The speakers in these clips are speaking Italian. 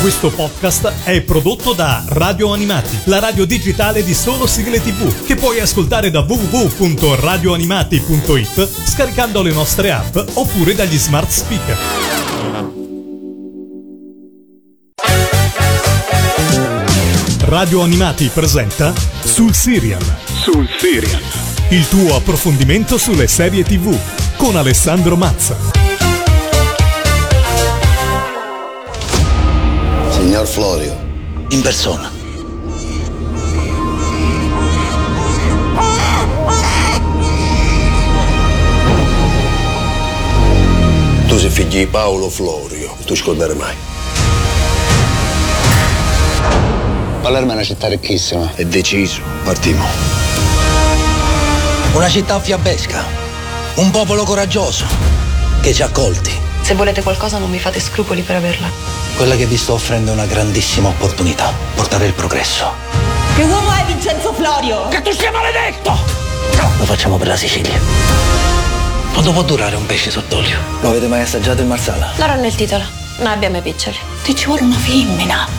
Questo podcast è prodotto da Radio Animati, la radio digitale di solo sigle TV, che puoi ascoltare da www.radioanimati.it scaricando le nostre app oppure dagli smart speaker. Radio Animati presenta Sul Serial. Sul Serial. Il tuo approfondimento sulle serie TV con Alessandro Mazza. Signor Florio, in persona. Tu sei figlio di Paolo Florio, tu scordare mai. Palermo è una città ricchissima. È deciso, partiamo. Una città fiabesca, un popolo coraggioso che ci ha accolti. Se volete qualcosa non mi fate scrupoli per averla. Quella che vi sto offrendo è una grandissima opportunità, portare il progresso. Che uomo è Vincenzo Florio? Che tu sia maledetto! Lo facciamo per la Sicilia. Quanto può durare un pesce sott'olio? Lo avete mai assaggiato in Marsala? Loro nel titolo, noi abbiamo i piccioli. Ti ci vuole una femmina.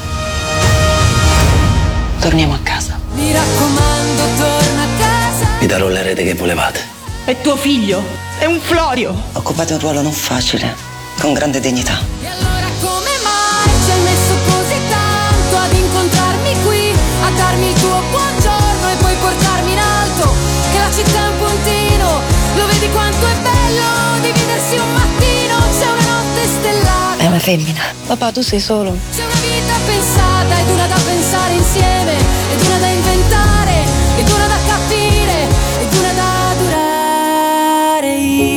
Torniamo a casa. Mi raccomando, torna a casa. Vi darò l'erede che volevate. È tuo figlio, è un Florio. Occupate un ruolo non facile, con grande dignità. E allora come mai ci hai messo così tanto ad incontrarmi qui, a darmi il tuo buongiorno e poi portarmi in alto? Che la città è un puntino, lo vedi quanto è bello dividersi un mattino, c'è una notte stellata. È una femmina. Papà, tu sei solo. C'è una vita pensata ed una da pensare insieme, ed una da inventare, ed una da capire, ed una da durare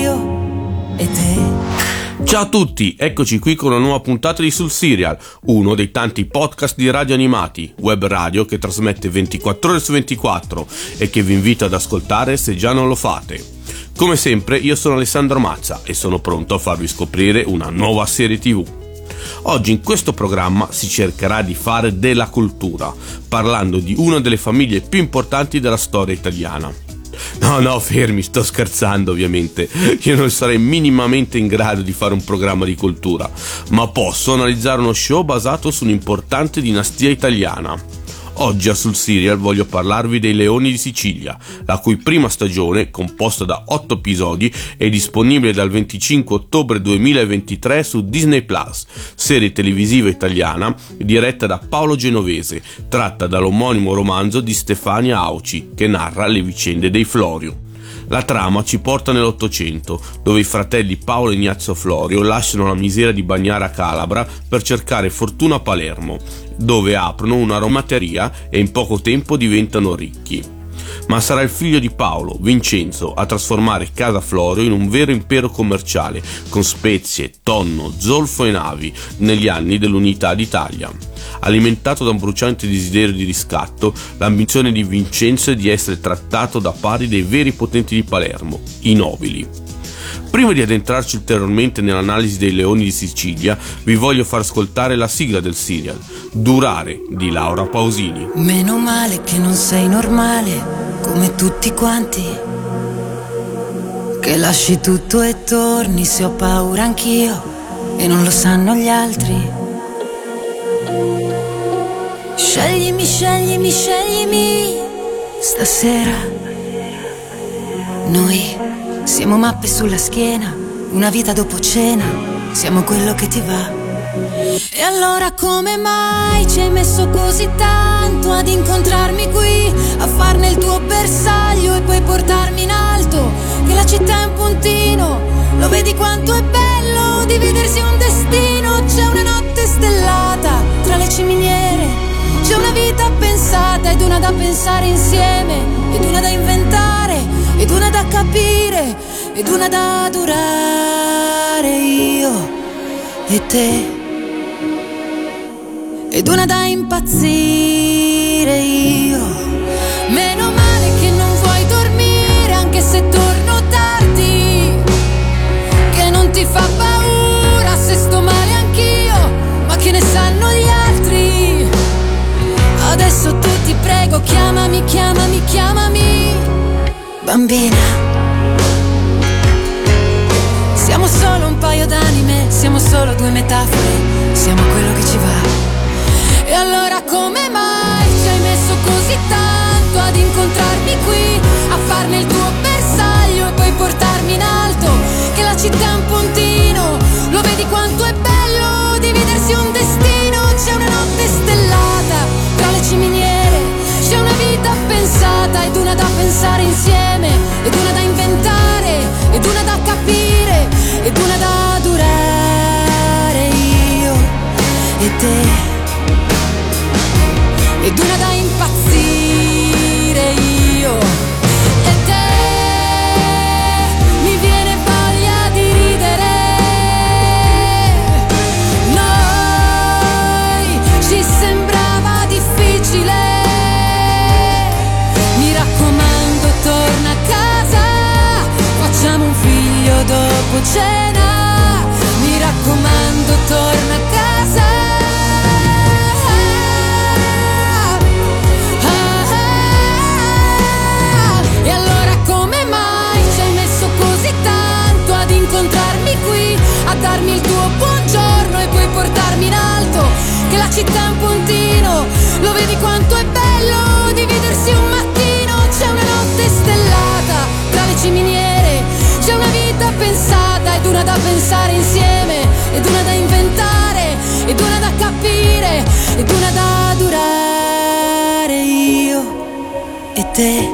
io e te. Ciao a tutti, eccoci qui con una nuova puntata di Sul Serial, uno dei tanti podcast di Radio Animati, web radio che trasmette 24 ore su 24 e che vi invito ad ascoltare se già non lo fate. Come sempre io sono Alessandro Mazza e sono pronto a farvi scoprire una nuova serie TV. Oggi in questo programma si cercherà di fare della cultura, parlando di una delle famiglie più importanti della storia italiana. No, fermi, sto scherzando ovviamente, io non sarei minimamente in grado di fare un programma di cultura, ma posso analizzare uno show basato su un'importante dinastia italiana. Oggi a Sul Serial voglio parlarvi dei Leoni di Sicilia, la cui prima stagione, composta da 8 episodi, è disponibile dal 25 ottobre 2023 su Disney+, serie televisiva italiana diretta da Paolo Genovese, tratta dall'omonimo romanzo di Stefania Auci, che narra le vicende dei Florio. La trama ci porta nell'Ottocento, dove i fratelli Paolo e Ignazio Florio lasciano la miseria di Bagnara Calabra per cercare fortuna a Palermo, dove aprono un'aromateria e in poco tempo diventano ricchi. Ma sarà il figlio di Paolo, Vincenzo, a trasformare Casa Florio in un vero impero commerciale, con spezie, tonno, zolfo e navi, negli anni dell'Unità d'Italia. Alimentato da un bruciante desiderio di riscatto, l'ambizione di Vincenzo è di essere trattato da pari dei veri potenti di Palermo, i nobili. Prima di addentrarci ulteriormente nell'analisi dei Leoni di Sicilia, vi voglio far ascoltare la sigla del serial, Durare, di Laura Pausini. Meno male che non sei normale, come tutti quanti, che lasci tutto e torni se ho paura anch'io, e non lo sanno gli altri. Sceglimi, sceglimi, sceglimi, stasera. Noi siamo mappe sulla schiena, una vita dopo cena, siamo quello che ti va. E allora come mai ci hai messo così tanto ad incontrarmi qui, a farne il tuo bersaglio e poi portarmi in alto? Che la città è un puntino, lo vedi quanto è bello dividersi un destino. C'è una notte stellata tra le ciminiere, c'è una vita pensata ed una da pensare insieme, ed una da inventare, ed una da capire, ed una da durare io e te, ed una da impazzire io. Meno male che non vuoi dormire anche se torno tardi, che non ti fa paura se sto male anch'io, ma che ne sanno gli altri? Adesso tu ti prego, chiamami, chiamami, chiamami bambina. Siamo solo un paio d'anime, siamo solo due metafore, siamo quello che ci va. te, ed una da impazzire io e te. Mi viene voglia di ridere, noi ci sembrava difficile. Mi raccomando, torna a casa, facciamo un figlio dopo cena. Mi raccomando, torna a casa. E allora come mai ci hai messo così tanto ad incontrarmi qui, a darmi il tuo buongiorno e poi portarmi in alto? Che la città è un puntino, lo vedi quanto è bello dividersi un mattino. C'è una notte stellata tra le ciminiere, c'è una vita pensata ed una da pensare insieme, ed una da inventare, ed una da capire, ed una da durare io e te,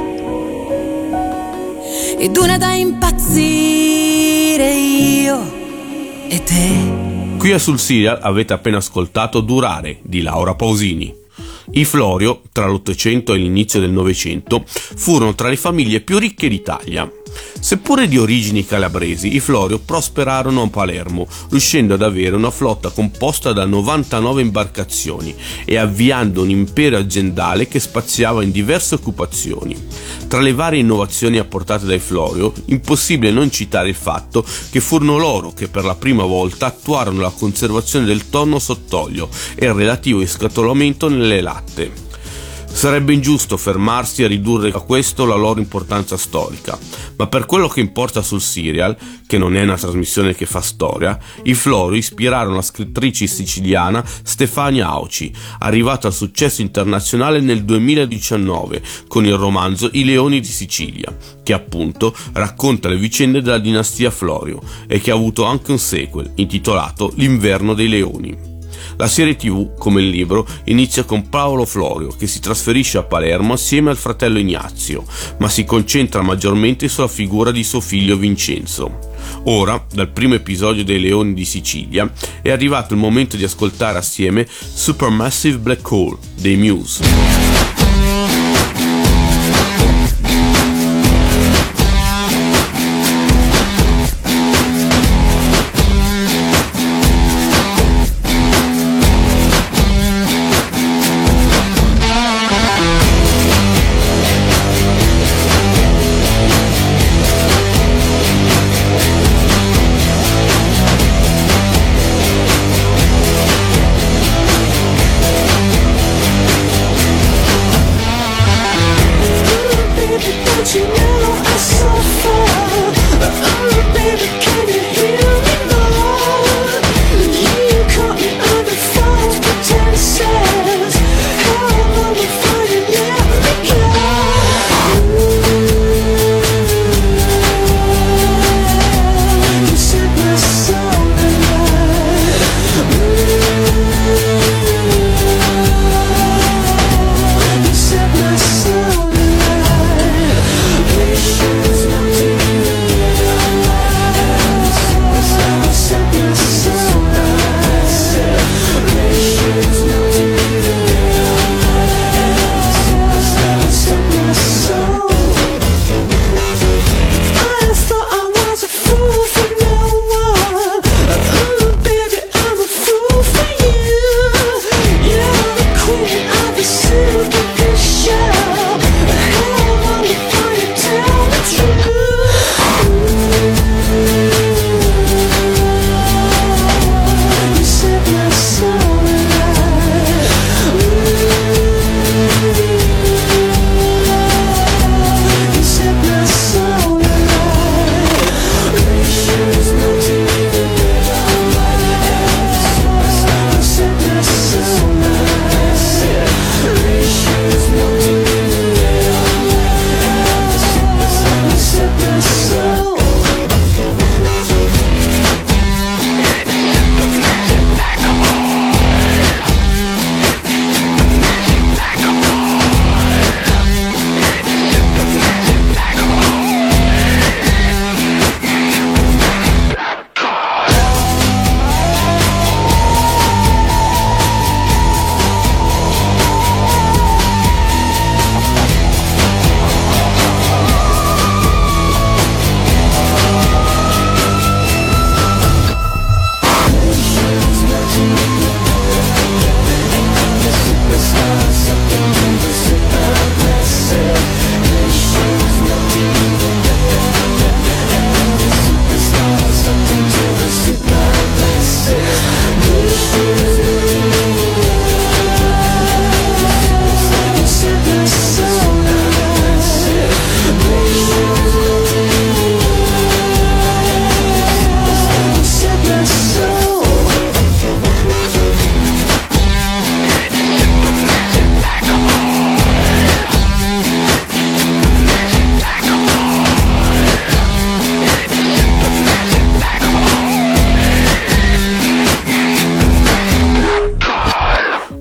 ed una da impazzire io e te. Qui a Sul Serial avete appena ascoltato Durare di Laura Pausini. I Florio, tra l'Ottocento e l'inizio del Novecento, furono tra le famiglie più ricche d'Italia. Seppure di origini calabresi, i Florio prosperarono a Palermo, riuscendo ad avere una flotta composta da 99 imbarcazioni e avviando un impero aziendale che spaziava in diverse occupazioni. Tra le varie innovazioni apportate dai Florio, impossibile non citare il fatto che furono loro che per la prima volta attuarono la conservazione del tonno sott'olio e il relativo inscatolamento nelle latte. Sarebbe ingiusto fermarsi a ridurre a questo la loro importanza storica, ma per quello che importa Sul Serial, che non è una trasmissione che fa storia, i Florio ispirarono la scrittrice siciliana Stefania Auci, arrivata al successo internazionale nel 2019 con il romanzo I Leoni di Sicilia, che appunto racconta le vicende della dinastia Florio e che ha avuto anche un sequel intitolato L'inverno dei leoni. La serie TV, come il libro, inizia con Paolo Florio che si trasferisce a Palermo assieme al fratello Ignazio, ma si concentra maggiormente sulla figura di suo figlio Vincenzo. Ora, dal primo episodio dei Leoni di Sicilia, è arrivato il momento di ascoltare assieme Supermassive Black Hole dei Muse.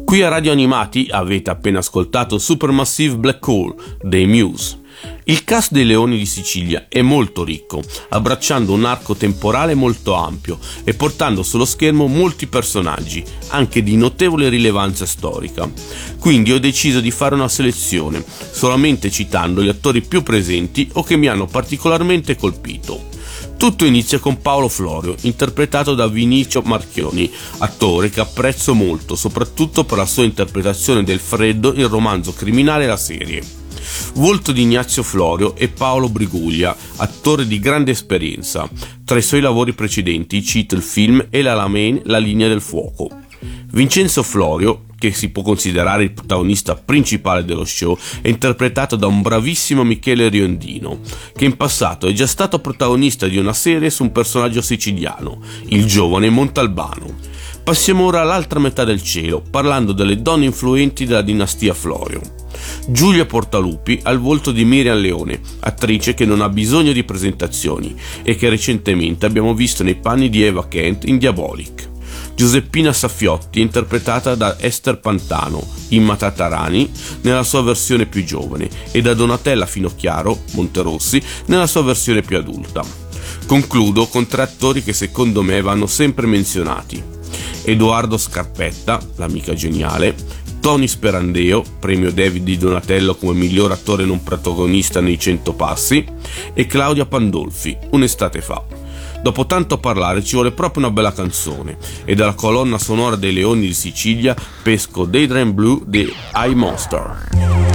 Qui a Radio Animati avete appena ascoltato Supermassive Black Hole dei Muse. Il cast dei Leoni di Sicilia è molto ricco, abbracciando un arco temporale molto ampio e portando sullo schermo molti personaggi, anche di notevole rilevanza storica. Quindi ho deciso di fare una selezione, solamente citando gli attori più presenti o che mi hanno particolarmente colpito. Tutto inizia con Paolo Florio, interpretato da Vinicio Marchioni, attore che apprezzo molto, soprattutto per la sua interpretazione del Freddo in Romanzo criminale La serie. Volto di Ignazio Florio e Paolo Briguglia, attore di grande esperienza. Tra i suoi lavori precedenti cito il film El Alamein, La linea del fuoco. Vincenzo Florio, che si può considerare il protagonista principale dello show, è interpretato da un bravissimo Michele Riondino, che in passato è già stato protagonista di una serie su un personaggio siciliano, il giovane Montalbano. Passiamo ora all'altra metà del cielo, parlando delle donne influenti della dinastia Florio. Giulia Portalupi ha il volto di Miriam Leone, attrice che non ha bisogno di presentazioni e che recentemente abbiamo visto nei panni di Eva Kent in Diabolic. Giuseppina Saffiotti è interpretata da Esther Pantano, Imma Tatarani nella sua versione più giovane e da Donatella Finocchiaro, Monterossi, nella sua versione più adulta. Concludo con 3 attori che secondo me vanno sempre menzionati: Edoardo Scarpetta, l'amica geniale, Tony Sperandeo, premio David di Donatello come miglior attore non protagonista nei 100 passi, e Claudia Pandolfi, Un'estate fa. Dopo tanto parlare ci vuole proprio una bella canzone, e dalla colonna sonora dei Leoni di Sicilia pesco Daydream Blue di iMonster.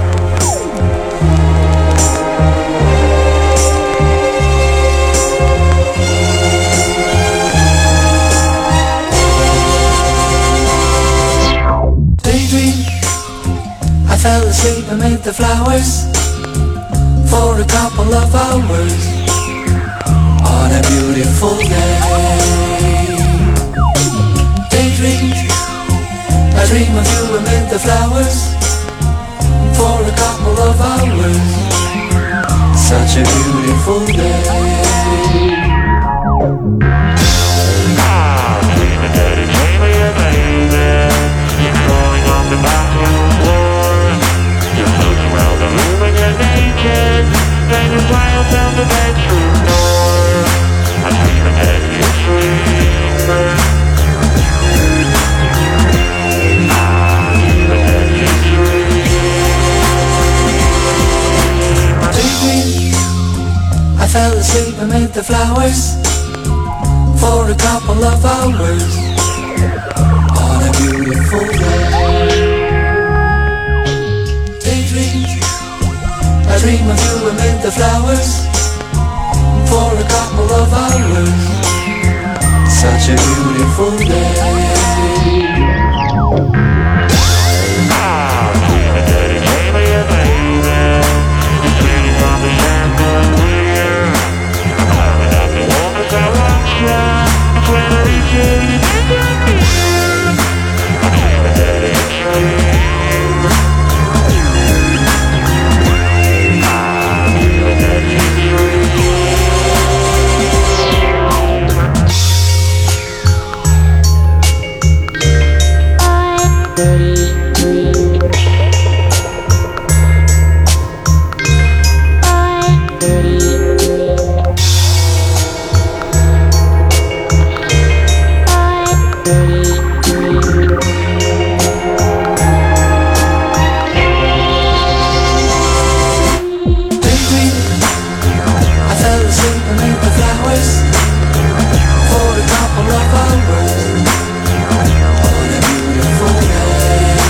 I fell asleep amid the flowers for a couple of hours on a beautiful day. Daydream, I dream of you amid the flowers for a couple of hours. Such a beautiful day. I fell asleep amid the flowers for a couple of hours on a beautiful day. Daydream, I dream of you amid the flowers for a couple of hours. Such a beautiful day. For a couple of hours on a beautiful day.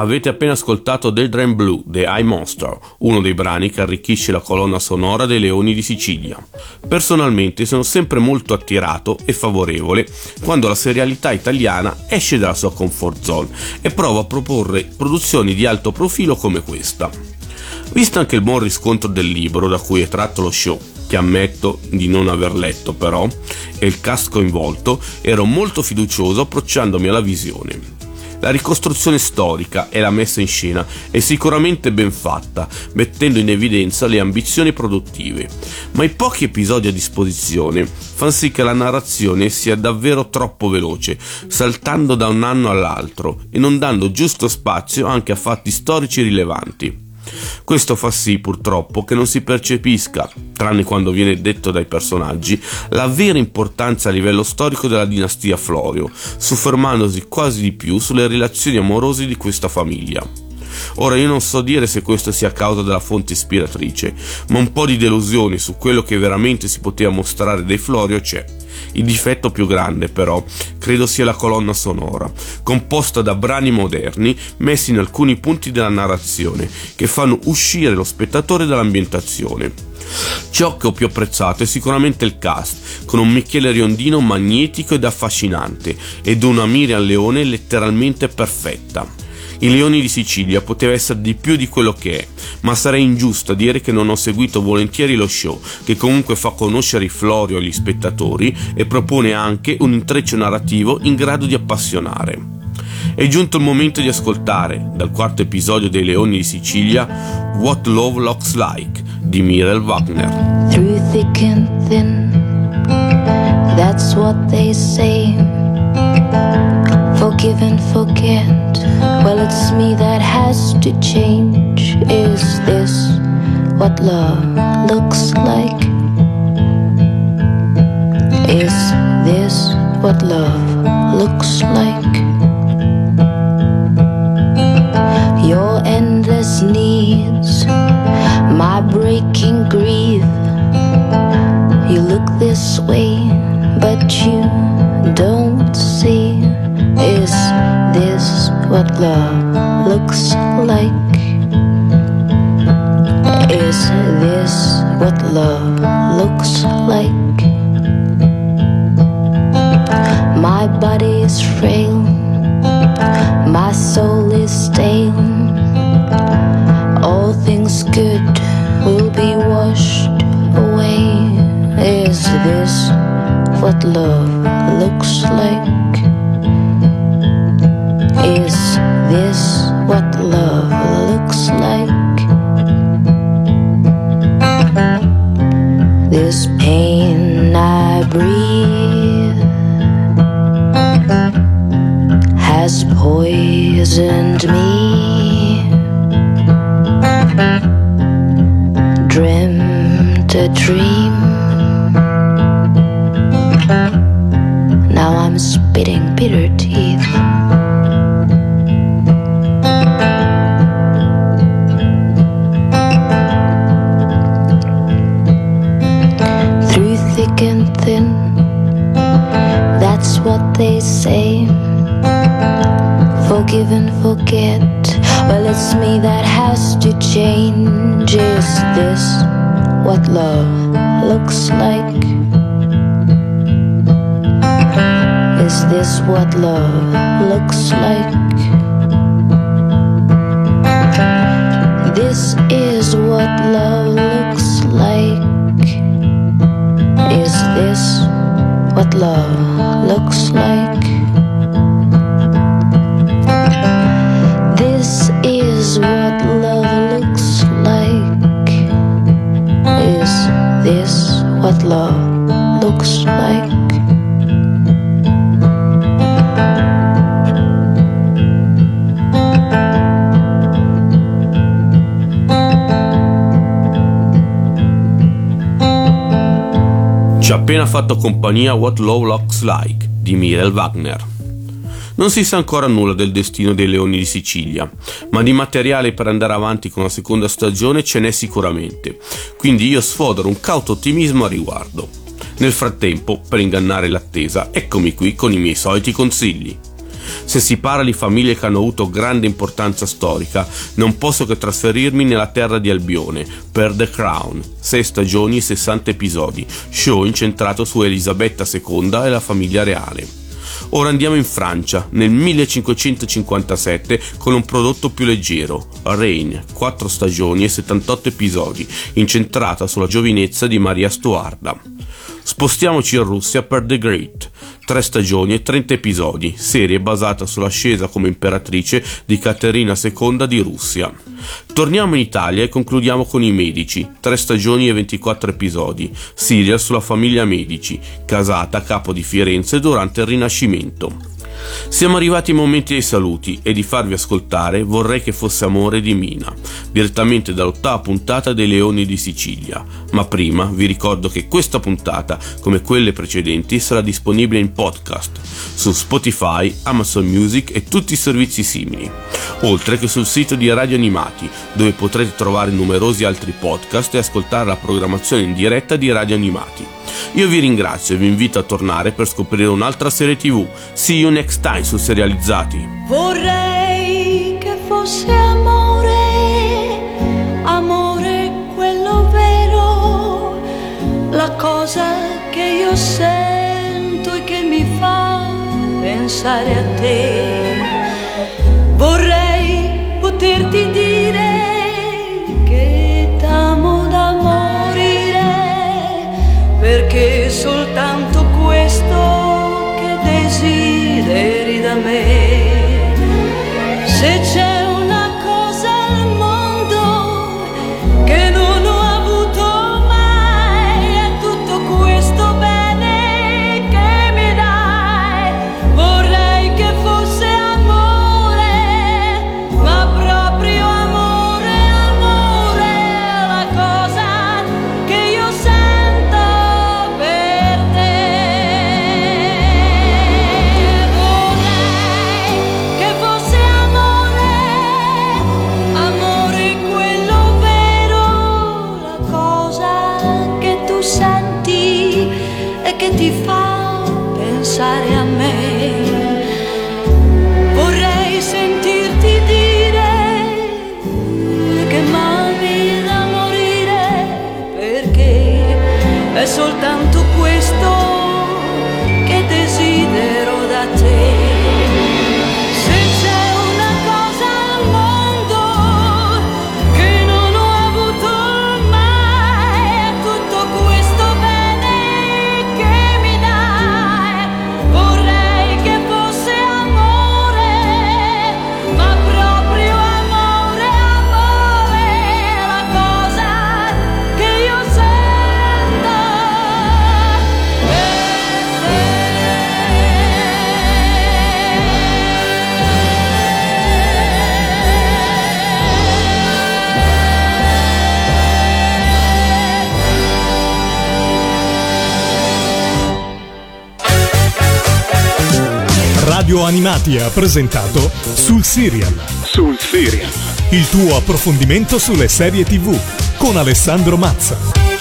Avete appena ascoltato Del Dream Blue, The High Monster, uno dei brani che arricchisce la colonna sonora dei Leoni di Sicilia. Personalmente sono sempre molto attirato e favorevole quando la serialità italiana esce dalla sua comfort zone e prova a proporre produzioni di alto profilo come questa. Visto anche il buon riscontro del libro da cui è tratto lo show, che ammetto di non aver letto però, e il cast coinvolto, ero molto fiducioso approcciandomi alla visione. La ricostruzione storica e la messa in scena è sicuramente ben fatta, mettendo in evidenza le ambizioni produttive, ma i pochi episodi a disposizione fanno sì che la narrazione sia davvero troppo veloce, saltando da un anno all'altro e non dando giusto spazio anche a fatti storici rilevanti. Questo fa sì purtroppo che non si percepisca, tranne quando viene detto dai personaggi, la vera importanza a livello storico della dinastia Florio, soffermandosi quasi di più sulle relazioni amorose di questa famiglia. Ora io non so dire se questo sia a causa della fonte ispiratrice, ma un po' di delusione su quello che veramente si poteva mostrare dei Florio c'è. Il difetto più grande però credo sia la colonna sonora, composta da brani moderni messi in alcuni punti della narrazione che fanno uscire lo spettatore dall'ambientazione. Ciò che ho più apprezzato è sicuramente il cast, con un Michele Riondino magnetico ed affascinante ed una Miriam Leone letteralmente perfetta. I Leoni di Sicilia poteva essere di più di quello che è, ma sarei ingiusto a dire che non ho seguito volentieri lo show, che comunque fa conoscere i Florio agli spettatori e propone anche un intreccio narrativo in grado di appassionare. È giunto il momento di ascoltare, dal quarto episodio dei Leoni di Sicilia, What Love Looks Like, di Mirel Wagner. Through thick and thin, that's what they say. Forgive and forget, well it's me that has to change. Is this what love looks like? Is this what love looks like? Your endless needs, my breaking grief. You look this way, but you don't see. Is this what love looks like? Is this what love looks like? My body is frail, my soul is stale. All things good will be washed away. Is this what love looks like? Is this what love looks like? This pain I breathe has poisoned me. Dreamt a dream. Now I'm spitting bitter teeth. Thick and thin, that's what they say. Forgive and forget, well it's me that has to change. Is this what love looks like? Is this what love looks like? This is what love looks like. Is this what love looks like? This is what love looks like. Is this what love looks like? Ci ha appena fatto compagnia What Love Looks Like di Mirel Wagner. Non si sa ancora nulla del destino dei Leoni di Sicilia, ma di materiale per andare avanti con la seconda stagione ce n'è sicuramente, quindi io sfodero un cauto ottimismo a riguardo. Nel frattempo, per ingannare l'attesa, eccomi qui con i miei soliti consigli. Se si parla di famiglie che hanno avuto grande importanza storica, non posso che trasferirmi nella terra di Albione per The Crown, 6 stagioni e 60 episodi, show incentrato su Elisabetta II e la famiglia reale. Ora andiamo in Francia, nel 1557, con un prodotto più leggero, Reign, 4 stagioni e 78 episodi, incentrata sulla giovinezza di Maria Stuarda. Spostiamoci in Russia per The Great, 3 stagioni e 30 episodi, serie basata sull'ascesa come imperatrice di Caterina II di Russia. Torniamo in Italia e concludiamo con I Medici, 3 stagioni e 24 episodi, serial sulla famiglia Medici, casata a Capo di Firenze durante il Rinascimento. Siamo arrivati ai momenti dei saluti e di farvi ascoltare Vorrei che fosse amore di Mina, direttamente dall'8ª puntata dei Leoni di Sicilia. Ma prima vi ricordo che questa puntata, come quelle precedenti, sarà disponibile in podcast su Spotify, Amazon Music e tutti i servizi simili, oltre che sul sito di Radio Animati, dove potrete trovare numerosi altri podcast e ascoltare la programmazione in diretta di Radio Animati. Io vi ringrazio e vi invito a tornare per scoprire un'altra serie TV. See you next time su Serializzati. Vorrei che fosse amore, amore quello vero, la cosa che io sento e che mi fa pensare a te. Vorrei poterti dire che t'amo da morire, perché soltanto questo che desideri da me. Se c'è una cosa al mondo che non ho avuto mai, è tutto questo bene che mi dai. Vorrei che fosse amore, ma proprio amore, amore, la cosa che io sento per te. Vorrei che fosse amore, amore quello vero, la cosa che tu senti e che ti fa pensare a me. Vorrei sentirti dire che m'ami da morire, perché è soltanto questo che desidero da te. Se c'è una cosa al mondo che non ho avuto mai, è tutto questo bene che mi dai. Vorrei che fosse amore, ma proprio amore, amore, la cosa che io sento per te. Radio Animati ha presentato Sul Serial. Sul Serial. Il tuo approfondimento sulle serie TV con Alessandro Mazza.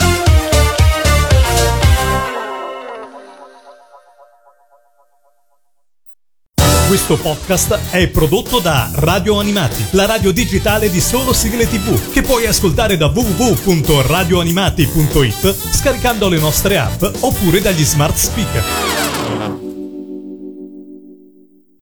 Questo podcast è prodotto da Radio Animati, la radio digitale di solo sigle TV, che puoi ascoltare da www.radioanimati.it scaricando le nostre app oppure dagli smart speaker.